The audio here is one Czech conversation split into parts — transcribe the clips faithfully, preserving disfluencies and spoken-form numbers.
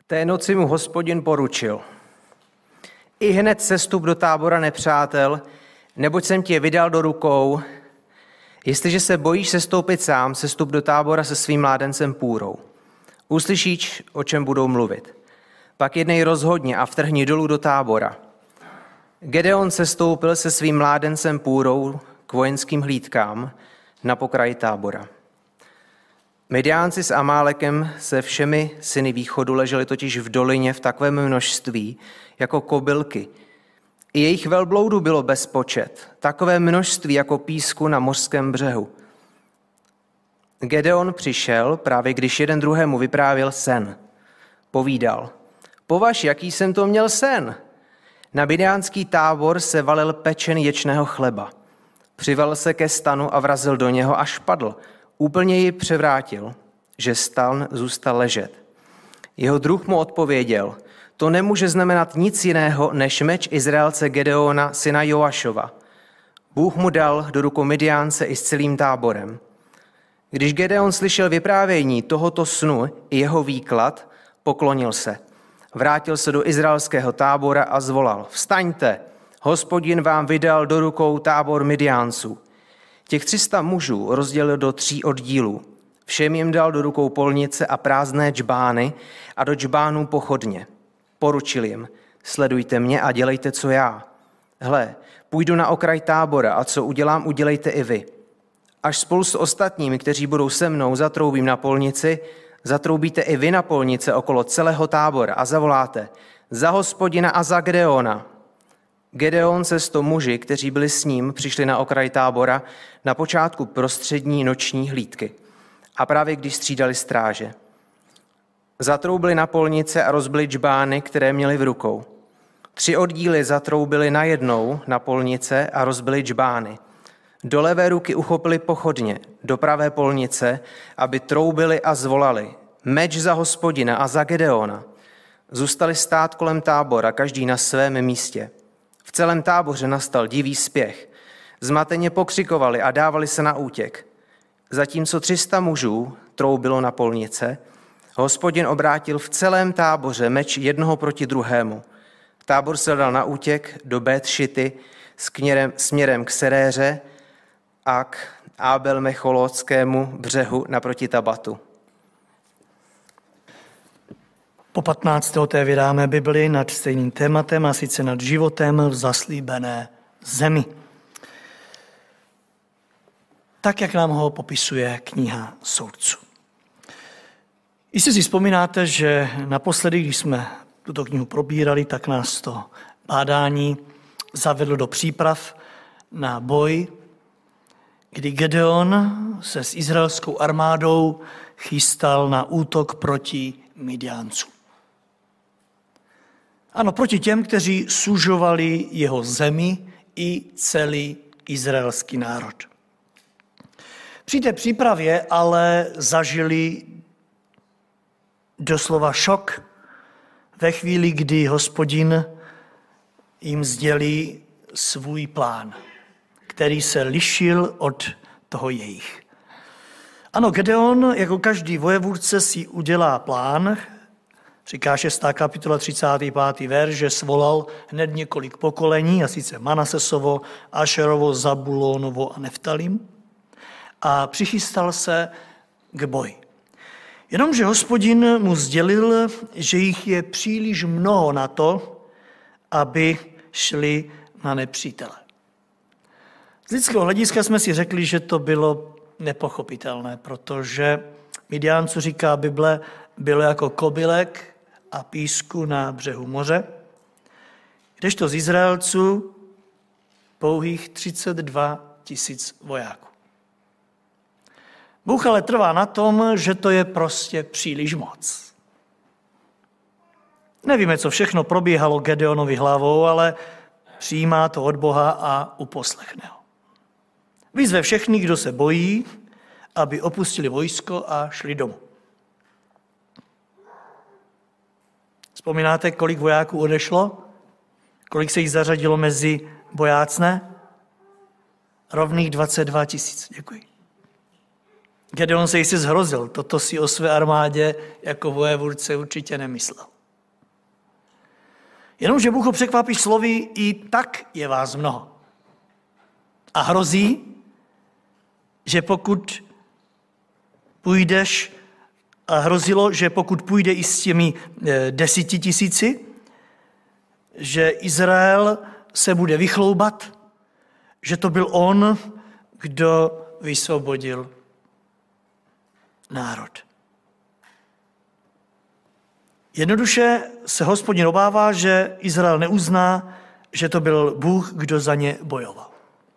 Té noci mu Hospodin poručil: I hned sestup do tábora nepřátel, neboť jsem tě vydal do rukou. Jestliže se bojíš sestoupit sám, sestup do tábora se svým mládencem Půrou. Uslyšíš, o čem budou mluvit. Pak jednej rozhodně a vtrhni dolů do tábora. Gedeon sestoupil se svým mládencem Půrou k vojenským hlídkám na pokraji tábora. Midiánci s Amálekem se všemi syny východu leželi totiž v dolině v takovém množství jako kobylky. I jejich velbloudů bylo bezpočet, takové množství jako písku na mořském břehu. Gedeon přišel, právě když jeden druhému vyprávěl sen. Povídal: Považ, jaký jsem to měl sen. Na midiánský tábor se valil pečen ječného chleba. Přival se ke stanu a vrazil do něho, až padl. Úplně ji převrátil, že stan zůstal ležet. Jeho druh mu odpověděl: To nemůže znamenat nic jiného, než meč Izraelce Gedeona, syna Joašova. Bůh mu dal do rukou Midiánce i s celým táborem. Když Gedeon slyšel vyprávění tohoto snu i jeho výklad, poklonil se. Vrátil se do izraelského tábora a zvolal: Vstaňte, Hospodin vám vydal do rukou tábor Midiánců. Těch tři sta mužů rozdělil do tří oddílů. Všem jim dal do rukou polnice a prázdné džbány a do džbánů pochodně. Poručil jim: Sledujte mě a dělejte, co já. Hle, půjdu na okraj tábora a co udělám, udělejte i vy. Až spolu s ostatními, kteří budou se mnou, zatroubím na polnici, zatroubíte i vy na polnice okolo celého tábora a zavoláte: Za Hospodina a za Gedeona. Gedeon se sto muži, kteří byli s ním, přišli na okraj tábora na počátku prostřední noční hlídky. A právě když střídali stráže. Zatroubili na polnice a rozbili džbány, které měli v rukou. Tři oddíly zatroubili najednou na polnice a rozbili džbány. Do levé ruky uchopili pochodně, do pravé polnice, aby troubili a zvolali: Meč za Hospodina a za Gedeona. Zůstali stát kolem tábora, každý na svém místě. V celém táboře nastal divý spěch. Zmateně pokřikovali a dávali se na útěk. Zatímco tři sta mužů troubilo na polnice, Hospodin obrátil v celém táboře meč jednoho proti druhému. Tábor se dal na útěk do Bet-šity směrem, směrem k Seréře a k Ábel-mecholotskému břehu naproti Tabatu. Po patnácté té vydáme Bibli nad stejným tématem, a sice nad životem v zaslíbené zemi. Tak, jak nám ho popisuje kniha Soudců. Jestli si vzpomínáte, že naposledy, když jsme tuto knihu probírali, tak nás to bádání zavedlo do příprav na boj, kdy Gedeon se s izraelskou armádou chystal na útok proti Midiáncům. Ano, proti těm, kteří sužovali jeho zemi i celý izraelský národ. Při té přípravě ale zažili doslova šok ve chvíli, kdy Hospodin jim sdělí svůj plán, který se lišil od toho jejich. Ano, Gedeon, jako každý vojevůdce, si udělá plán, říká šestá kapitola třicátý pátý verš, že svolal hned několik pokolení, a sice Manasesovo, Ašerovo, Zabulonovo a Neftalim, a přichystal se k boji. Jenomže Hospodin mu sdělil, že jich je příliš mnoho na to, aby šli na nepřítele. Z lidského hlediska jsme si řekli, že to bylo nepochopitelné, protože Midiánců, říká Bible, bylo jako kobylek a písku na břehu moře, kdežto z Izraelců pouhých třicet dva tisíc vojáků. Bůh ale trvá na tom, že to je prostě příliš moc. Nevíme, co všechno probíhalo Gedeonovi hlavou, ale přijímá to od Boha a uposlechne ho. Vyzve všechny, kdo se bojí, aby opustili vojsko a šli domů. Vzpomínáte, kolik vojáků odešlo? Kolik se jich zařadilo mezi bojácné? Rovných dvacet dva tisíc. Děkuji. Gedeon se jistě zhrozil. Toto si o své armádě jako vojevůdce určitě nemyslel. Jenomže Bůh ho překvapí slovy, i tak je vás mnoho. A hrozí, že pokud půjdeš, a hrozilo, že pokud půjde i s těmi deseti tisíci, že Izrael se bude vychloubat, že to byl on, kdo vysvobodil národ. Jednoduše se Hospodin obává, že Izrael neuzná, že to byl Bůh, kdo za ně bojoval.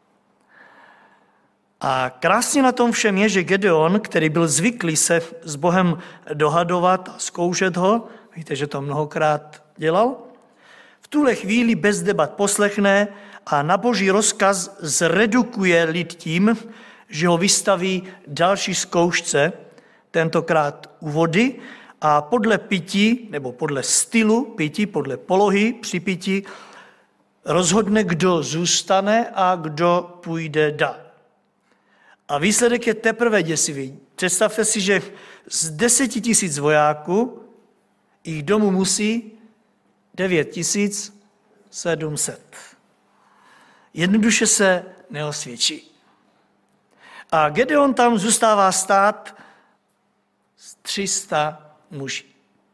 A krásně na tom všem je, že Gedeon, který byl zvyklý se s Bohem dohadovat a zkoušet ho, víte, že to mnohokrát dělal, v tuhle chvíli bez debat poslechne a na boží rozkaz zredukuje lid tím, že ho vystaví další zkoušce, tentokrát u vody, a podle pití, nebo podle stylu pití, podle polohy při pití, rozhodne, kdo zůstane a kdo půjde dál. A výsledek je teprve děsivý. Představte si, že z deseti tisíc vojáků jich domů musí devět tisíc sedm set. Jednoduše se neosvědčí. A Gedeon tam zůstává stát z tři sta muží.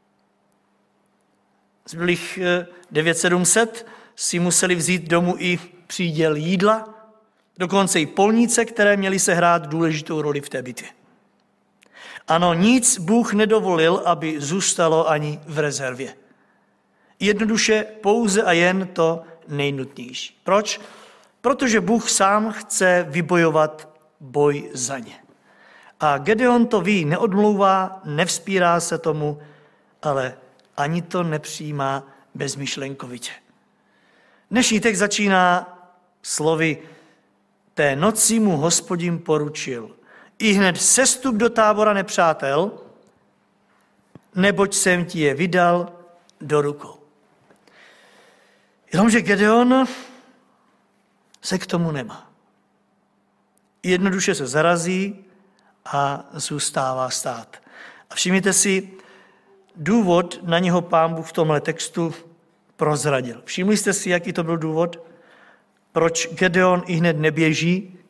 Zbylých devět sedm set si museli vzít domů i příděl jídla, dokonce i polnice, které měly sehrát důležitou roli v té bitvě. Ano, nic Bůh nedovolil, aby zůstalo ani v rezervě. Jednoduše pouze a jen to nejnutnější. Proč? Protože Bůh sám chce vybojovat boj za ně. A Gedeon to ví, neodmlouvá, nevzpírá se tomu, ale ani to nepřijímá bezmyšlenkovitě. Dnešní text začíná slovy: té noci mu Hospodin poručil, i hned sestup do tábora nepřátel, neboť jsem ti je vydal do rukou. Jenomže Gedeon se k tomu nemá. Jednoduše se zarazí a zůstává stát. A všimněte si, důvod, na něho Pán Bůh v tomhle textu prozradil. Všimli jste si, jaký to byl důvod? Proč Gedeon i hned neběží?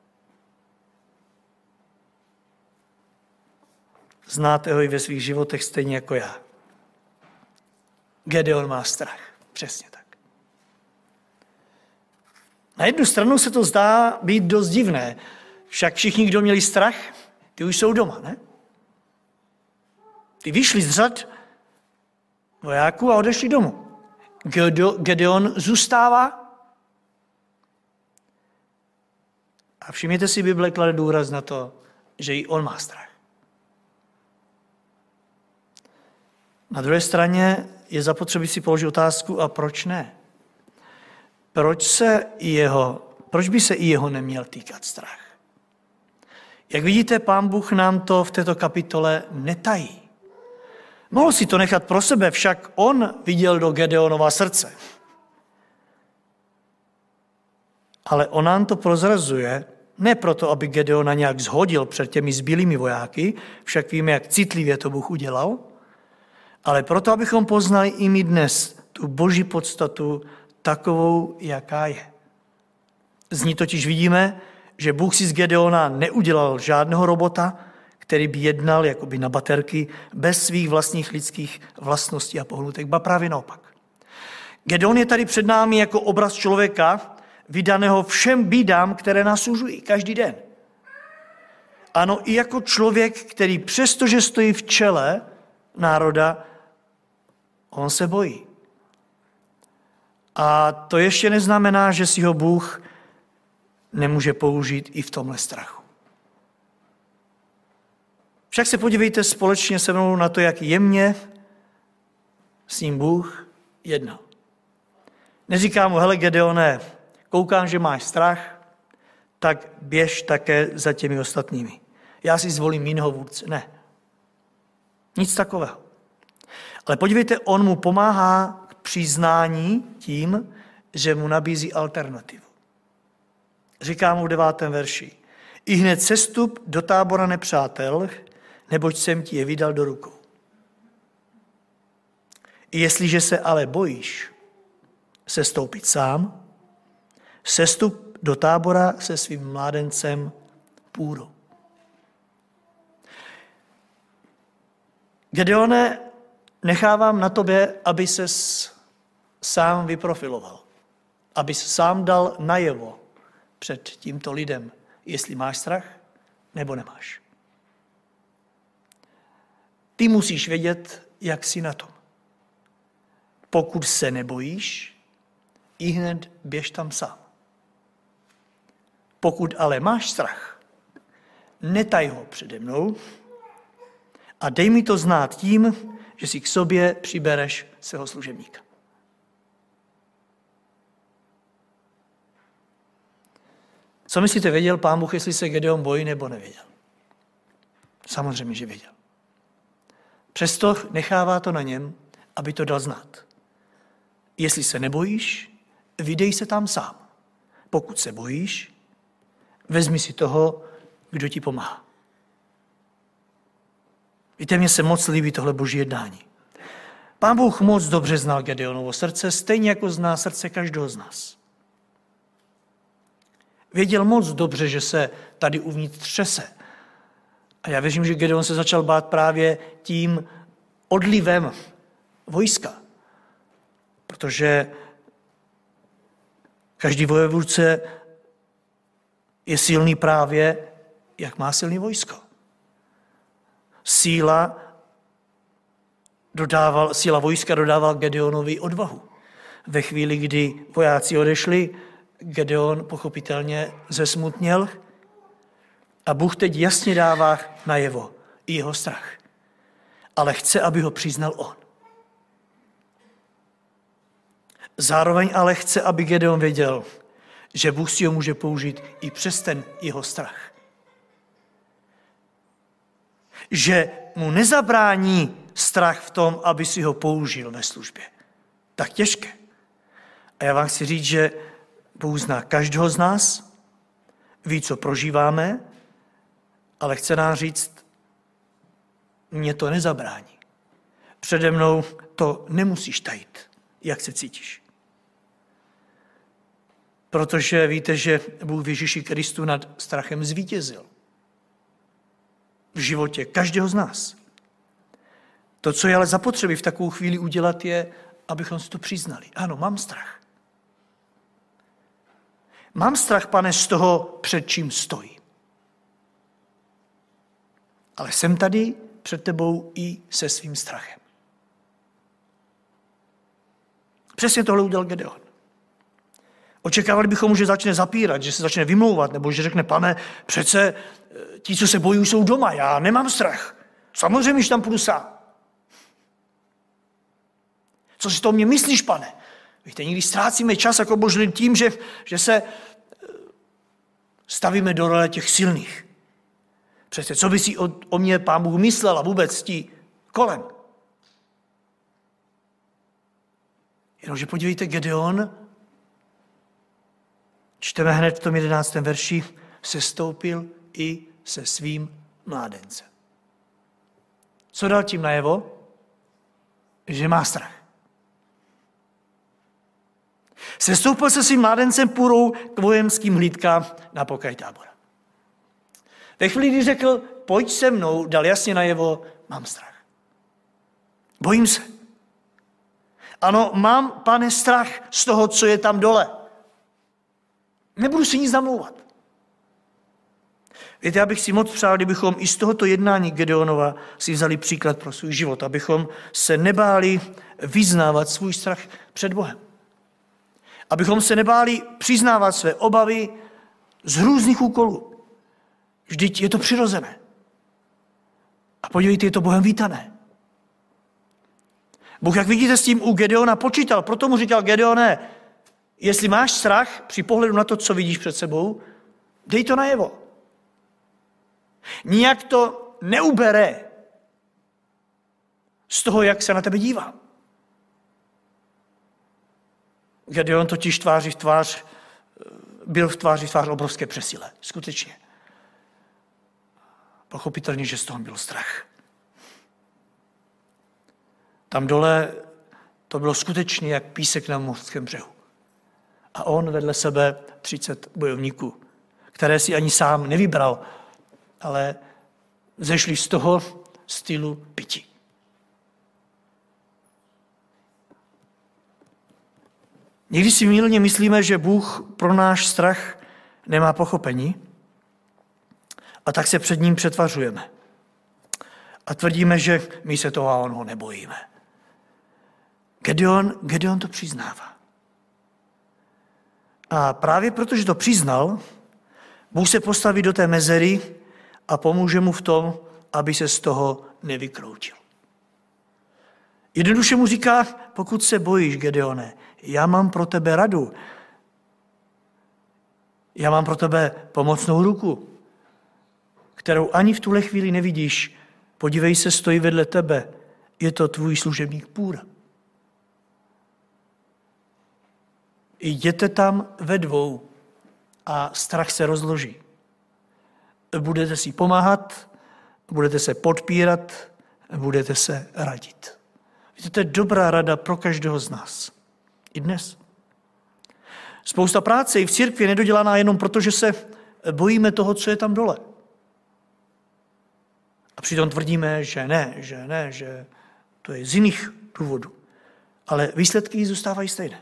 Znáte ho i ve svých životech stejně jako já. Gedeon má strach. Přesně tak. Na jednu stranu se to zdá být dost divné. Však všichni, kdo měli strach, ty už jsou doma, ne? Ty vyšli z řad vojáků a odešli domů. Gedeon zůstává. A všimněte si, Bible klade důraz na to, že i on má strach. Na druhé straně je zapotřebí si položit otázku, a proč ne? Proč, se i jeho, proč by se i jeho neměl týkat strach? Jak vidíte, Pán Bůh nám to v této kapitole netají. Mohl si to nechat pro sebe, však on viděl do Gedeonova srdce. Ale on nám to prozrazuje, ne proto, aby Gedeona nějak zhodil před těmi zbylými vojáky, však víme, jak citlivě to Bůh udělal, ale proto, abychom poznali i my dnes tu boží podstatu takovou, jaká je. Z ní totiž vidíme, že Bůh si z Gedeona neudělal žádného robota, který by jednal jakoby na baterky bez svých vlastních lidských vlastností a pohnutek, ba právě naopak. Gedeon je tady před námi jako obraz člověka, vydaného všem bídám, které nás sužují každý den. Ano, i jako člověk, který přestože stojí v čele národa, on se bojí. A to ještě neznamená, že si ho Bůh nemůže použít i v tomhle strachu. Však se podívejte společně se mnou na to, jak jemně s ním Bůh jednal. Neříká mu, hele Gedeone, koukám, že máš strach, tak běž také za těmi ostatními. Já si zvolím jiného vůdce. Ne. Nic takového. Ale podívejte, on mu pomáhá k přiznání tím, že mu nabízí alternativu. Říká mu v devátém verši. I hned sestup do tábora nepřátel, neboť jsem ti je vydal do rukou. I jestliže se ale bojíš, sestoupit sám, sestup do tábora se svým mládencem Půrou. Gedeone, nechávám na tobě, aby ses sám vyprofiloval, aby ses sám dal najevo před tímto lidem, jestli máš strach nebo nemáš. Ty musíš vědět, jak jsi na tom. Pokud se nebojíš, ihned běž tam sám. Pokud ale máš strach, netaj ho přede mnou a dej mi to znát tím, že si k sobě přibereš svého služebníka. Co myslíte, věděl Pán Bůh, jestli se Gedeon bojí nebo nevěděl? Samozřejmě, že věděl. Přesto nechává to na něm, aby to dal znát. Jestli se nebojíš, vydej se tam sám. Pokud se bojíš, vezmi si toho, kdo ti pomáhá. Víte, mně se moc líbí tohle boží jednání. Pán Bůh moc dobře znal Gedeonovo srdce, stejně jako zná srdce každého z nás. Věděl moc dobře, že se tady uvnitř třese. A já věřím, že Gedeon se začal bát právě tím odlivem vojska. Protože každý vojevůdce je silný právě, jak má silný vojsko. Síla, dodával, síla vojska dodával Gedeonovi odvahu. Ve chvíli, kdy vojáci odešli, Gedeon pochopitelně zesmutněl a Bůh teď jasně dává najevo i jeho strach. Ale chce, aby ho přiznal on. Zároveň ale chce, aby Gedeon věděl, že Bůh si ho může použít i přes ten jeho strach. Že mu nezabrání strach v tom, aby si ho použil ve službě. Tak těžké. A já vám chci říct, že Bůh zná každého z nás, ví, co prožíváme, ale chce nám říct, mě to nezabrání. Přede mnou to nemusíš tajit, jak se cítíš. Protože víte, že Bůh v Ježíši Kristu nad strachem zvítězil. V životě každého z nás. To, co je ale zapotřebí v takovou chvíli udělat, je, abychom si to přiznali. Ano, mám strach. Mám strach, Pane, z toho, před čím stojí. Ale jsem tady před tebou i se svým strachem. Přesně tohle udělal Gedeon. Očekávali bychom, že začne zapírat, že se začne vymlouvat, nebo že řekne, Pane, přece ti, co se bojí, jsou doma, já nemám strach. Samozřejmě, že tam půjdu sám. Co si to o mě myslíš, Pane? Víte, někdy ztrácíme čas jako boží tím, že, že se stavíme do role těch silných. Přece, co by si o, o mě Pán Bůh myslel a vůbec ti kolem? Jenomže podívejte, Gedeon, čteme hned v tom jedenáctém verši, sestoupil i se svým mládencem. Co dal tím najevo? Že má strach. Sestoupil se svým mládencem Půrou k vojenským hlídkám na pokraj tábora. Ve chvíli, kdy řekl, pojď se mnou, dal jasně najevo, mám strach. Bojím se. Ano, mám, Pane, strach z toho, co je tam dole. Nebudu si nic zamlouvat. Víte, já bych si moc přál, kdybychom i z tohoto jednání Gedeonova si vzali příklad pro svůj život, abychom se nebáli vyznávat svůj strach před Bohem. Abychom se nebáli přiznávat své obavy z různých úkolů. Vždyť je to přirozené. A podívejte, je to Bohem vítané. Bůh, jak vidíte, s tím u Gedeona počítal, proto mu říkal, Gedeone, jestli máš strach při pohledu na to, co vidíš před sebou, dej to najevo. Nijak to neubere z toho, jak se na tebe dívá. Gedeon totiž tváří v tvář, byl v tváři v tvář obrovské přesile. Skutečně. Pochopitelně, že z toho byl strach. Tam dole to bylo skutečně jak písek na mořském břehu. a on vedle sebe třicet bojovníků, které si ani sám nevybral, ale zešli z toho stylu pití. Někdy si mylně myslíme, že Bůh pro náš strach nemá pochopení a tak se před ním přetvařujeme. A tvrdíme, že my se toho a on ho nebojíme. Gedeon, Gedeon to přiznává. A právě protože to přiznal, Bůh se postaví do té mezery a pomůže mu v tom, aby se z toho nevykroutil. Jednoduše mu říká, pokud se bojíš, Gedeone, já mám pro tebe radu. Já mám pro tebe pomocnou ruku, kterou ani v tuhle chvíli nevidíš. Podívej se, stojí vedle tebe. Je to tvůj služebník Půr. Jděte tam ve dvou a strach se rozloží. Budete si pomáhat, budete se podpírat, budete se radit. Víte, to je dobrá rada pro každého z nás. I dnes. Spousta práce i v církvi je nedodělaná jenom proto, že se bojíme toho, co je tam dole. A přitom tvrdíme, že ne, že ne, že to je z jiných důvodů. Ale výsledky zůstávají stejné.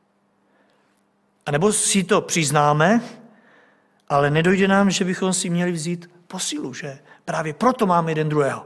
A nebo si to přiznáme, ale nedojde nám, že bychom si měli vzít posilu, že právě proto máme jeden druhého.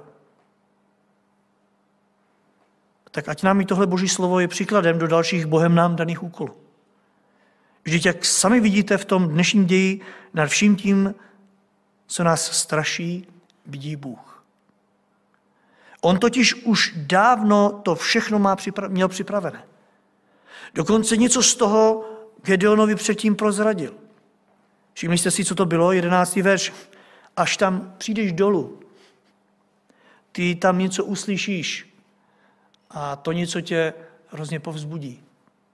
Tak ať nám i tohle Boží slovo je příkladem do dalších Bohem nám daných úkolů. Vždyť jak sami vidíte v tom dnešním ději, nad vším tím, co nás straší, vidí Bůh. On totiž už dávno to všechno má připra- měl připravené. Dokonce něco z toho Gedeonovi předtím prozradil. Všimli jste si, co to bylo? jedenáctý verš. Až tam přijdeš dolů, ty tam něco uslyšíš a to něco tě hrozně povzbudí.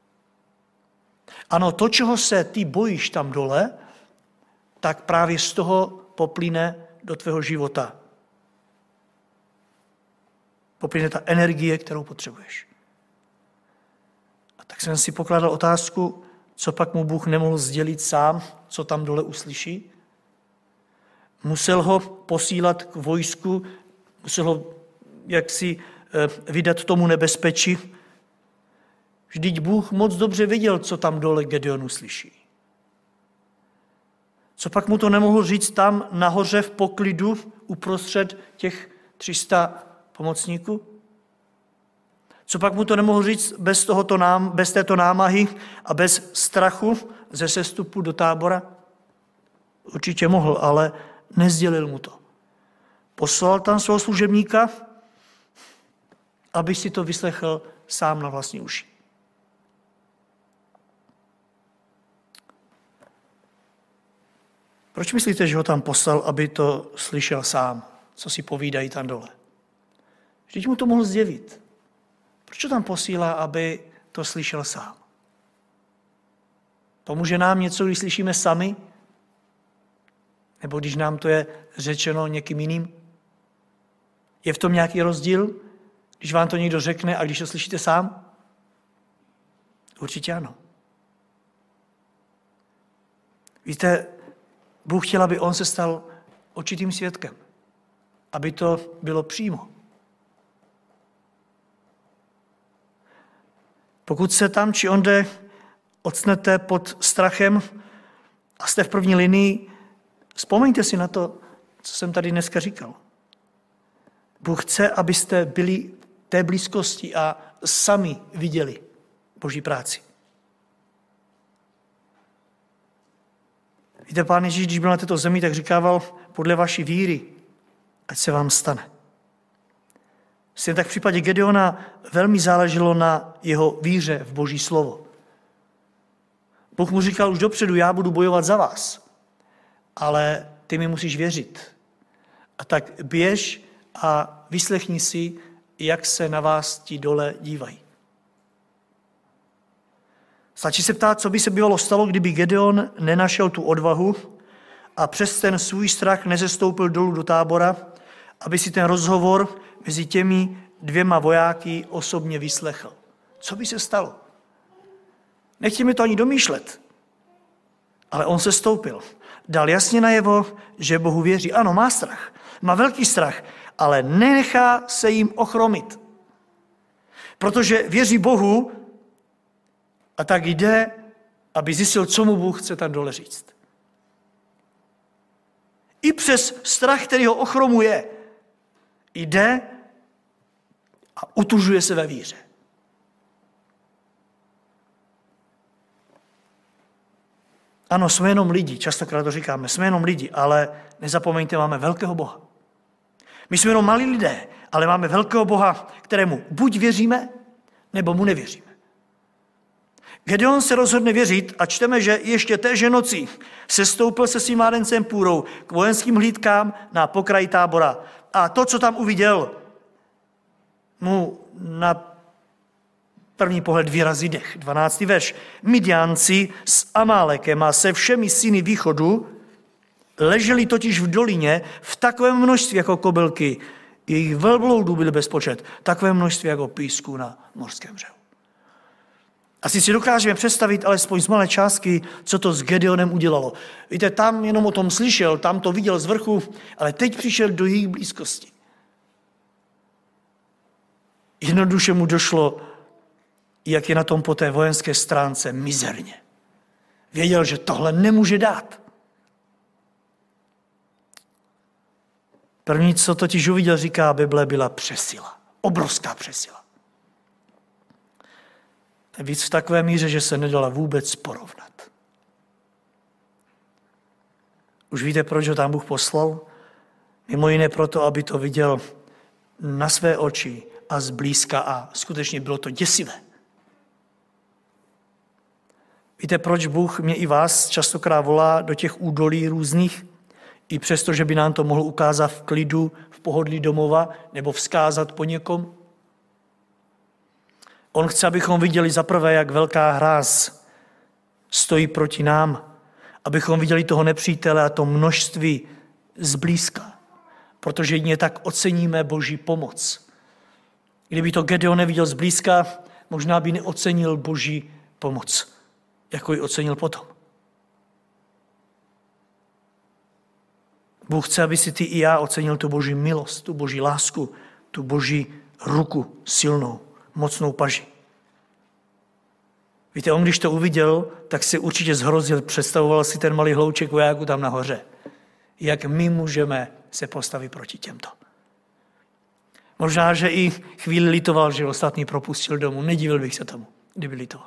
Ano, to, čeho se ty bojíš tam dole, tak právě z toho poplyne do tvého života. Poplyne ta energie, kterou potřebuješ. A tak jsem si pokládal otázku, co pak mu Bůh nemohl sdělit sám, co tam dole uslyší. Musel ho posílat k vojsku, musel ho jaksi vydat tomu nebezpečí. Vždyť Bůh moc dobře viděl, co tam dole Gedeon uslyší. Co pak mu to nemohl říct tam nahoře v poklidu uprostřed těch tři sta pomocníků? Co pak mu to nemohl říct bez, tohoto nám, bez této námahy a bez strachu ze sestupu do tábora? Určitě mohl, ale nezdělil mu to. Poslal tam svého služebníka, aby si to vyslechl sám na vlastní uši. Proč myslíte, že ho tam poslal, aby to slyšel sám, co si povídají tam dole? Vždyť mu to mohl sdělit. Proč to tam posílá, aby to slyšel sám? Pomůže nám něco, když slyšíme sami? Nebo když nám to je řečeno někým jiným? Je v tom nějaký rozdíl, když vám to někdo řekne a když to slyšíte sám? Určitě ano. Víte, Bůh chtěl, aby on se stal očitým svědkem. Aby to bylo přímo. Pokud se tam či onde ocnete pod strachem a jste v první linii, vzpomeňte si na to, co jsem tady dneska říkal. Bůh chce, abyste byli v té blízkosti a sami viděli Boží práci. Víte, Pán Ježíš, když byl na této zemi, tak říkával, podle vaší víry, ať se vám stane. Stejně tak v případě Gedeona velmi záleželo na jeho víře v Boží slovo. Bůh mu říkal už dopředu, já budu bojovat za vás, ale ty mi musíš věřit. A tak běž a vyslechni si, jak se na vás ti dole dívají. Stačí se ptát, co by se bývalo stalo, kdyby Gedeon nenašel tu odvahu a přes ten svůj strach nezestoupil dolů do tábora, aby si ten rozhovor mezi těmi dvěma vojáky osobně vyslechl. Co by se stalo? Nechci mi to ani domýšlet. Ale on se stoupil. Dal jasně najevo, že Bohu věří. Ano, má strach. Má velký strach, ale nenechá se jim ochromit. Protože věří Bohu a tak jde, aby zjistil, co mu Bůh chce tam dole říct. I přes strach, který ho ochromuje, jde a utužuje se ve víře. Ano, jsme jenom lidi, častokrát to říkáme, jsme jenom lidi, ale nezapomeňte, máme velkého Boha. My jsme jenom malí lidé, ale máme velkého Boha, kterému buď věříme, nebo mu nevěříme. Gedeon se rozhodne věřit a čteme, že ještě téže noci sestoupil se svým mládencem Půrou k vojenským hlídkám na pokraji tábora. A to, co tam uviděl, mu na první pohled vyrazí dech. dvanáctý verš. Midianci s Amálekem a se všemi syny východu leželi totiž v dolině v takovém množství jako kobylky. Jejich velbloudů byly bezpočet. Takové množství jako písku na mořském břehu. Asi si dokážeme představit alespoň z malé částky, co to s Gedeonem udělalo. Víte, tam jenom o tom slyšel, tam to viděl z vrchu, ale teď přišel do jejich blízkosti. Jednoduše mu došlo, jak je na tom po té vojenské stránce mizerně. Věděl, že tohle nemůže dát. První, co totiž uviděl, říká Bible, byla přesila. Obrovská přesila. Víc v takové míře, že se nedala vůbec porovnat. Už víte, proč ho tam Bůh poslal? Mimo jiné proto, aby to viděl na své oči a zblízka a skutečně bylo to děsivé. Víte, proč Bůh mě i vás častokrát volá do těch údolí různých, i přesto, že by nám to mohl ukázat v klidu, v pohodlí domova, nebo vzkázat po někom? On chce, abychom viděli zaprvé, jak velká hráz stojí proti nám, abychom viděli toho nepřítele a to množství zblízka, protože jedině tak oceníme Boží pomoc. Kdyby to Gedeon neviděl zblízka, možná by neocenil Boží pomoc, jako ji ocenil potom. Bůh chce, aby si ty i já ocenil tu Boží milost, tu Boží lásku, tu Boží ruku silnou, mocnou paži. Víte, on když to uviděl, tak si určitě zhrozil, představoval si ten malý hlouček vojáků tam nahoře. Jak my můžeme se postavit proti těmto. Možná, že i chvíli litoval, že ostatní propustil domů. Nedivil bych se tomu, kdyby litoval.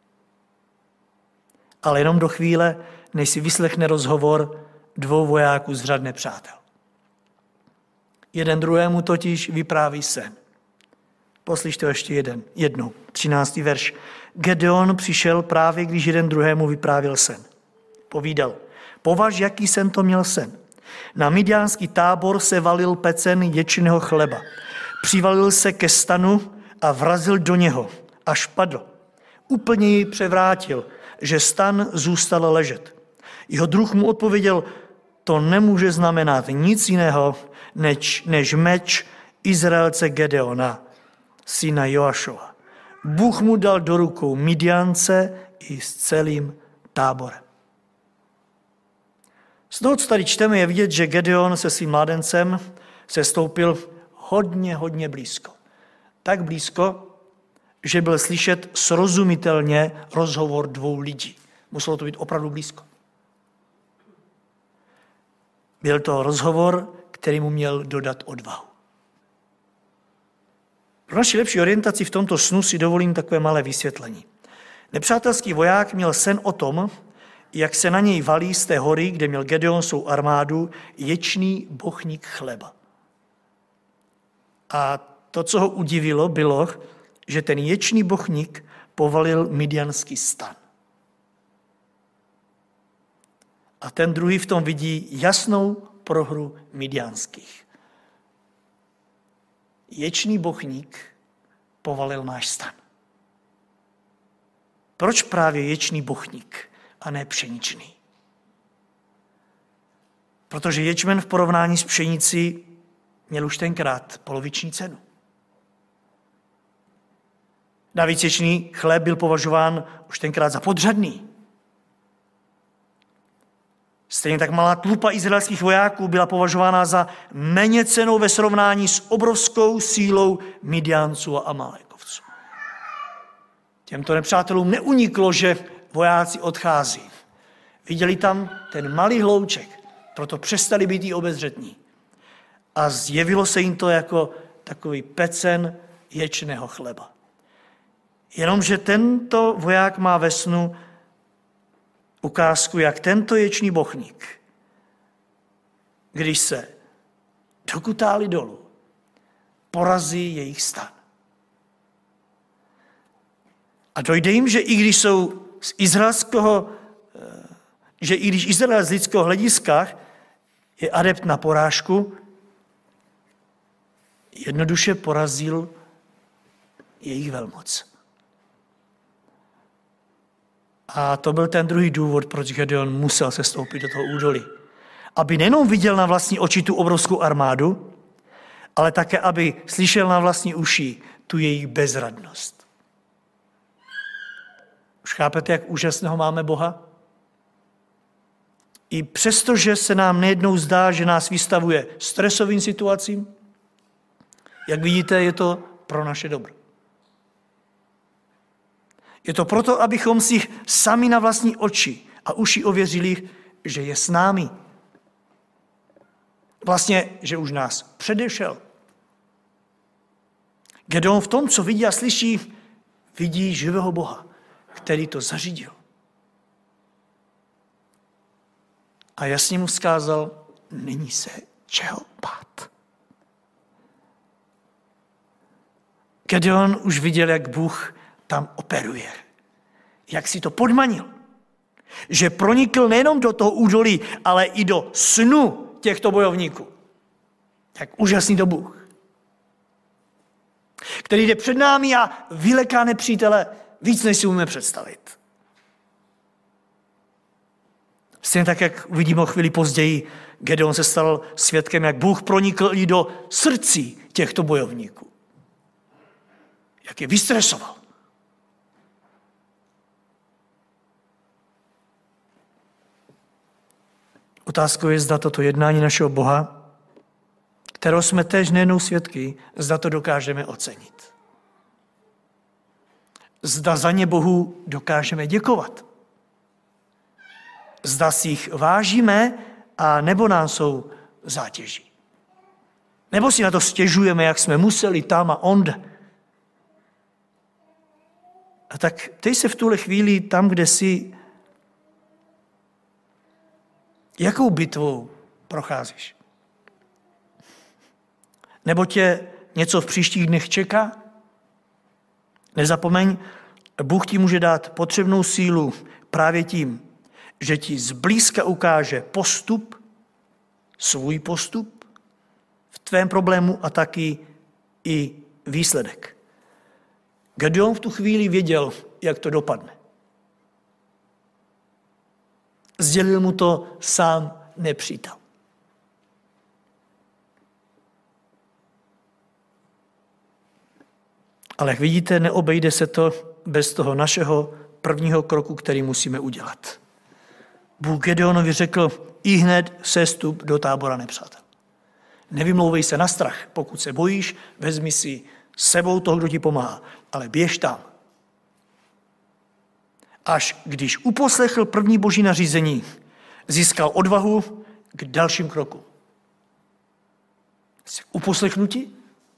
Ale jenom do chvíle, než si vyslechne rozhovor dvou vojáků z řad nepřátel. Jeden druhému totiž vypráví sen. Poslyšte ještě jeden, jednou, třináctý verš. Gedeon přišel právě, když jeden druhému vyprávěl sen. Povídal, považ, jaký jsem to měl sen. Na midiánský tábor se valil pecen ječného chleba. Přivalil se ke stanu a vrazil do něho, až padl. Úplně ji převrátil, že stan zůstal ležet. Jeho druh mu odpověděl, to nemůže znamenat nic jiného, než, než meč Izraelce Gedeona, syna Joašova. Bůh mu dal do rukou Midiance i s celým táborem. Z toho, co tady čteme, je vidět, že Gedeon se svým mládencem se stoupil hodně, hodně blízko. Tak blízko, že byl slyšet srozumitelně rozhovor dvou lidí. Muselo to být opravdu blízko. Byl to rozhovor, který mu měl dodat odvahu. Pro naši lepší orientaci v tomto snu si dovolím takové malé vysvětlení. Nepřátelský voják měl sen o tom, jak se na něj valí z té hory, kde měl Gedeon svou armádu, ječný bochník chleba. A to, co ho udivilo, bylo, že ten ječný bochník povalil midianský stan. A ten druhý v tom vidí jasnou prohru midianských. Ječný bochník povalil náš stan. Proč právě ječný bochník a ne pšeničný? Protože ječmen v porovnání s pšenicí měl už tenkrát poloviční cenu. Navíc ječný chléb byl považován už tenkrát za podřadný. Stejně tak malá tlupa izraelských vojáků byla považována za méněcennou ve srovnání s obrovskou sílou Midianců a Amalékovců. Těmto nepřátelům neuniklo, že vojáci odchází. Viděli tam ten malý hlouček, proto přestali být jí obezřetní. A zjevilo se jim to jako takový pecen ječného chleba. Jenomže tento voják má ve snu ukázku, jak tento ječný bochník, když se dokutáli dolů, porazí jejich stan. A dojde jim, že i když jsou z izraelského, že i když Izrael z lidského hlediska je adept na porážku, jednoduše porazil jejich velmoc. A to byl ten druhý důvod, proč Gedeon musel se stoupit do toho údolí. Aby nejenom viděl na vlastní oči tu obrovskou armádu, ale také, aby slyšel na vlastní uši tu jejich bezradnost. Už chápete, jak úžasného máme Boha? I přesto, že se nám nejednou zdá, že nás vystavuje stresovým situacím, jak vidíte, je to pro naše dobro. Je to proto, abychom si sami na vlastní oči a uši ověřili, že je s námi. Vlastně, že už nás předešel. Gedeon v tom, co vidí a slyší, vidí živého Boha, který to zařídil. A jasně mu vzkázal, není se čeho bát. Gedeon už viděl, jak Bůh tam operuje. Jak si to podmanil. Že pronikl nejenom do toho údolí, ale i do snu těchto bojovníků. Jak úžasný to Bůh. Který jde před námi a vyleká nepřítele víc, než si umíme představit. Stejně tak, jak uvidíme o chvíli později, Gedeon se stal svědkem, jak Bůh pronikl i do srdcí těchto bojovníků. Jak je vystresoval. Otázkou je, zda toto jednání našeho Boha, kterého jsme též nejednou svědky, zda to dokážeme ocenit. Zda za ně Bohu dokážeme děkovat. Zda si jich vážíme, a nebo nám jsou zátěží. Nebo si na to stěžujeme, jak jsme museli tam a onde. A tak teď se v tuhle chvíli tam, kde jsi, jakou bitvou procházíš? Nebo tě něco v příštích dnech čeká? Nezapomeň, Bůh ti může dát potřebnou sílu právě tím, že ti zblízka ukáže postup, svůj postup v tvém problému a taky i výsledek. Gedeon v tu chvíli věděl, jak to dopadne. Sdělil mu to sám nepřítel. Ale jak vidíte, neobejde se to bez toho našeho prvního kroku, který musíme udělat. Bůh Gedeonovi řekl, i hned sestup do tábora nepřátel. Nevymlouvej se na strach. Pokud se bojíš, vezmi si s sebou toho, kdo ti pomáhá, ale běž tam. Až když uposlechl první boží nařízení, získal odvahu k dalším krokům. Jsi uposlechnutí,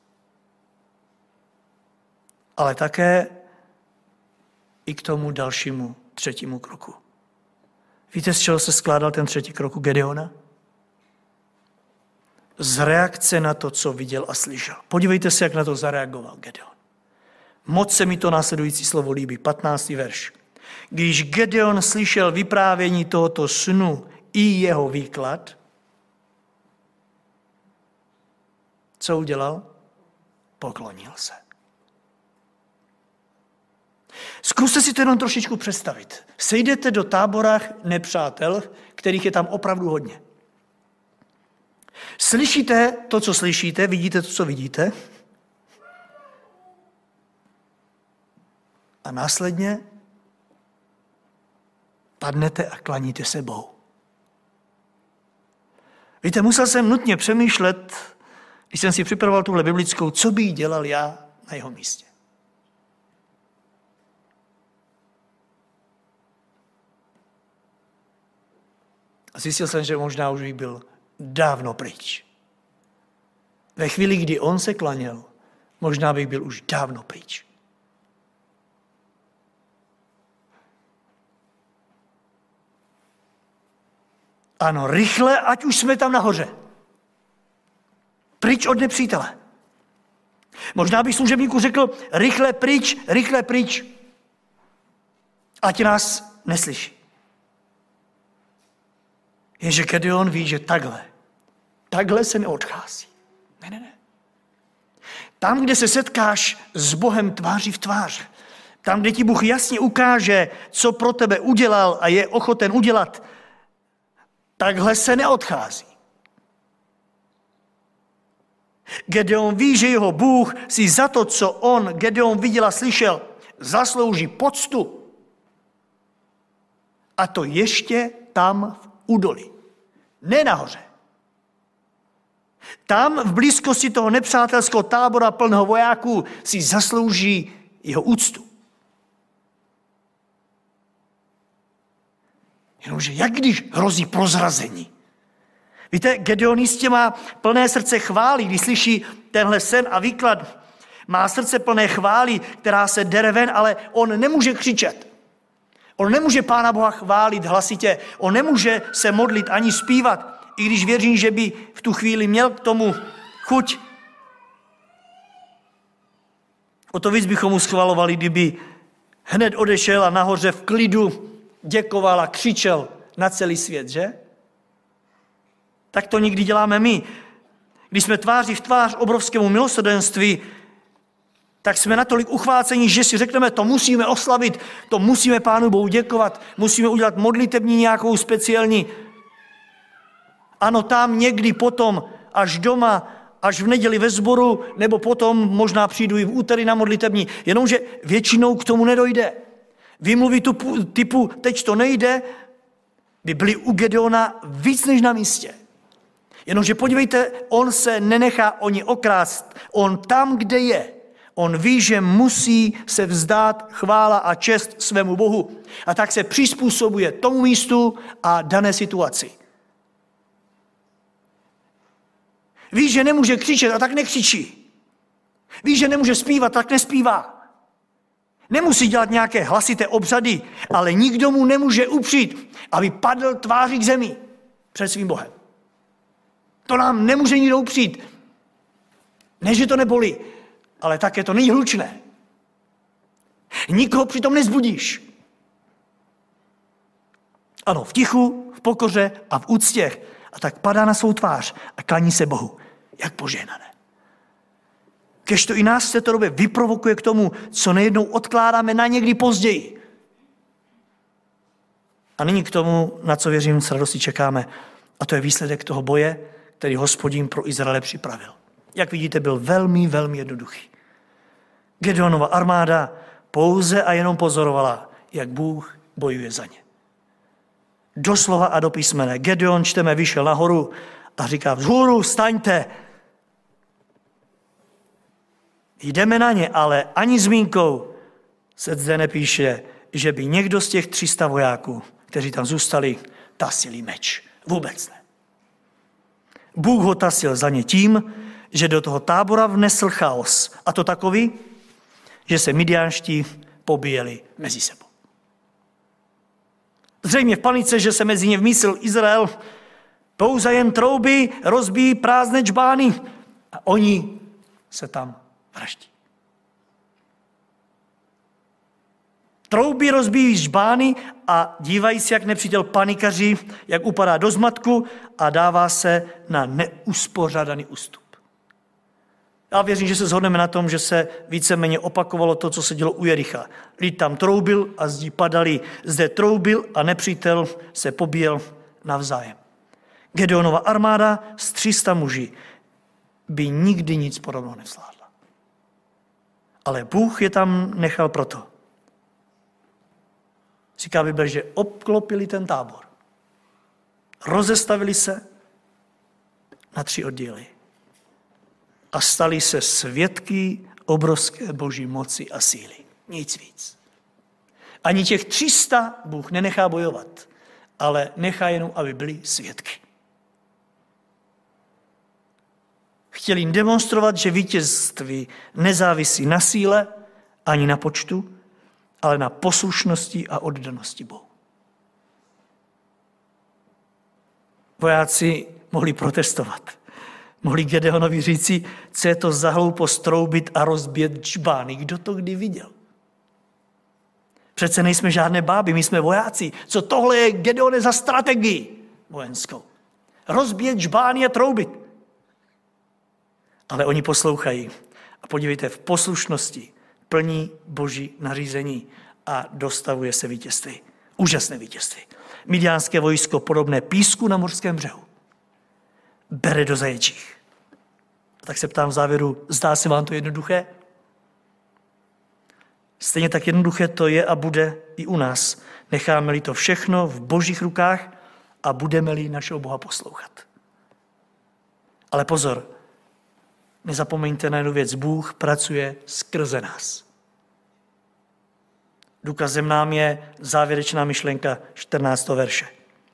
ale také i k tomu dalšímu třetímu kroku. Víte, z čeho se skládal ten třetí krok Gedeona? Z reakce na to, co viděl a slyšel. Podívejte se, jak na to zareagoval Gedeon. Moc se mi to následující slovo líbí, patnáctý verš. Když Gedeon slyšel vyprávění tohoto snu i jeho výklad, co udělal? Poklonil se. Zkuste si to jenom trošičku představit. Sejdete do tábora nepřátel, kterých je tam opravdu hodně. Slyšíte to, co slyšíte, vidíte to, co vidíte. a následně padnete a klaníte se Bohu. Víte, musel jsem nutně přemýšlet, když jsem si připravoval tuhle biblickou, co bych dělal já na jeho místě. A zjistil jsem, že možná už bych byl dávno pryč. Ve chvíli, kdy on se klaněl, možná bych byl už dávno pryč. Ano, rychle, ať už jsme tam nahoře. Pryč od nepřítele. Možná bych služebníku řekl, rychle pryč, rychle pryč. Ať nás neslyší. Jenže Gedeon ví, že takhle, takhle se neodchází. Ne, ne, ne. Tam, kde se setkáš s Bohem tváří v tvář, tam, kde ti Bůh jasně ukáže, co pro tebe udělal a je ochoten udělat, takhle se neodchází. Gedeon ví, že jeho Bůh si za to, co on, Gedeon, viděl a slyšel, zaslouží poctu. A to ještě tam v údolí. Ne nahoře. Tam v blízkosti toho nepřátelského tábora plného vojáků si zaslouží jeho úctu. Jenomže jak když hrozí prozrazení? Víte, Gedeon jistě má plné srdce chvály, když slyší tenhle sen a výklad. Má srdce plné chvály, která se dere ven, ale on nemůže křičet. On nemůže Pána Boha chválit hlasitě. On nemůže se modlit ani zpívat, i když věřím, že by v tu chvíli měl k tomu chuť. O to víc bychom mu schvalovali, kdyby hned odešel a nahoře v klidu děkoval a křičel na celý svět, že? Tak to někdy děláme my. Když jsme tváří v tvář obrovskému milosrdenství, tak jsme natolik uchváceni, že si řekneme, to musíme oslavit, to musíme Pánu Bohu děkovat, musíme udělat modlitební nějakou speciální. Ano, tam někdy potom, až doma, až v neděli ve sboru, nebo potom možná přijdu i v úterý na modlitební, jenomže většinou k tomu nedojde. Výmluvy typu, teď to nejde, by byly u Gedeona víc než na místě. Jenomže podívejte, on se nenechá o ní okrást. On tam, kde je, on ví, že musí se vzdát chvála a čest svému Bohu. A tak se přizpůsobuje tomu místu a dané situaci. Ví, že nemůže křičet a tak nekřičí. Ví, že nemůže zpívat, tak nespívá. Nemusí dělat nějaké hlasité obřady, ale nikdo mu nemůže upřít, aby padl tváří k zemi před svým Bohem. To nám nemůže nikdo upřít. Ne, že to nebolí, ale také to není hlučné. Nikoho přitom nezbudíš. Ano, v tichu, v pokoře a v úctě. A tak padá na svou tvář a klaní se Bohu. Jak požehnané. Kež to i nás v této době vyprovokuje k tomu, co nejednou odkládáme na někdy později. A nyní k tomu, na co věřím, s radostí čekáme. A to je výsledek toho boje, který Hospodin pro Izraele připravil. Jak vidíte, byl velmi, velmi jednoduchý. Gedeonova armáda pouze a jenom pozorovala, jak Bůh bojuje za ně. Doslova a do písmene. Gedeon, čteme, vyšel nahoru a říká, vzhůru, staňte. Jdeme na ně, ale ani zmínkou se zde nepíše, že by někdo z těch tři sta vojáků, kteří tam zůstali, tasili meč. Vůbec ne. Bůh ho tasil za ně tím, že do toho tábora vnesl chaos. A to takový, že se midiánští pobíjeli mezi sebou. Zřejmě v panice, že se mezi ně vmísil Izrael, pouze jen trouby rozbíjí prázdné džbány a oni se tam vraždí. Trouby rozbíjí žbány a dívají se, jak nepřítel panikaří, jak upadá do zmatku a dává se na neuspořádaný ústup. Já věřím, že se shodneme na tom, že se víceméně opakovalo to, co se dělo u Jericha. Lid tam troubil a zdi padali. Zde troubil a nepřítel se pobíjel navzájem. Gedeonova armáda z tři sta muží by nikdy nic podobného nevzládla. Ale Bůh je tam nechal proto, Říká Bible, že obklopili ten tábor. Rozestavili se na tři oddíly a stali se svědky obrovské boží moci a síly. Nic víc. Ani těch tři sta Bůh nenechá bojovat, ale nechá jenom, aby byli svědky. Chtěl jim demonstrovat, že vítězství nezávisí na síle ani na počtu, ale na poslušnosti a oddanosti Bohu. Vojáci mohli protestovat. Mohli Gedeonovi říci, co je to za hloupost troubit a rozbít džbány. Kdo to kdy viděl? Přece nejsme žádné báby, my jsme vojáci. Co tohle je, Gedeone, za strategii vojenskou? Rozbít džbány a troubit. Ale oni poslouchají. A podívejte, v poslušnosti plní boží nařízení a dostavuje se vítězství. Úžasné vítězství. Midiánské vojsko, podobné písku na mořském břehu, bere do zaječích. A tak se ptám v závěru, zdá se vám to jednoduché? Stejně tak jednoduché to je a bude i u nás. Necháme-li to všechno v božích rukách a budeme-li našeho Boha poslouchat. Ale pozor, nezapomeňte na jednu věc. Bůh pracuje skrze nás. Důkazem nám je závěrečná myšlenka čtrnáctého verše.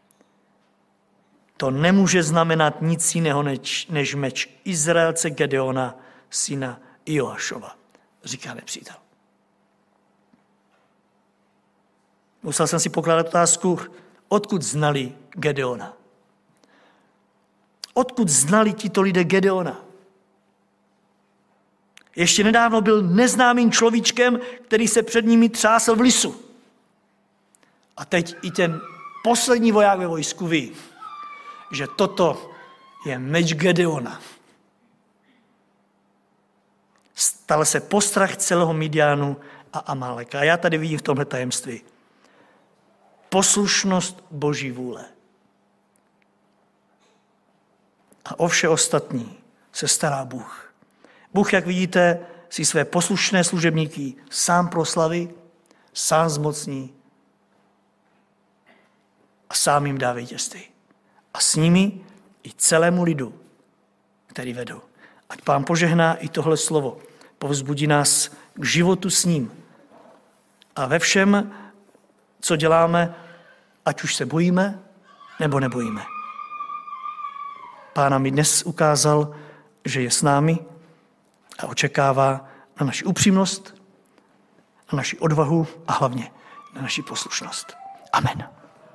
To nemůže znamenat nic jiného než, než meč Izraelce Gedeona, syna Joašova, říká nepřítel. Musel jsem si pokládat otázku, odkud znali Gedeona. Odkud znali tito lidé Gedeona? Ještě nedávno byl neznámým človíčkem, který se před nimi třásl v lisu. A teď i ten poslední voják ve vojsku ví, že toto je meč Gedeona. Stal se postrach celého Midianu a Amaleka. A já tady vidím v tomhle tajemství poslušnost boží vůle. A o vše ostatní se stará Bůh. Bůh, jak vidíte, si své poslušné služebníky sám proslaví, sám zmocní a sám jim dá vítězství. A s nimi i celému lidu, který vedou. Ať Pán požehná i tohle slovo, povzbudí nás k životu s ním. A ve všem, co děláme, ať už se bojíme, nebo nebojíme. Pán nám i dnes ukázal, že je s námi a očekává na naši upřímnost, na naši odvahu a hlavně na naši poslušnost. Amen.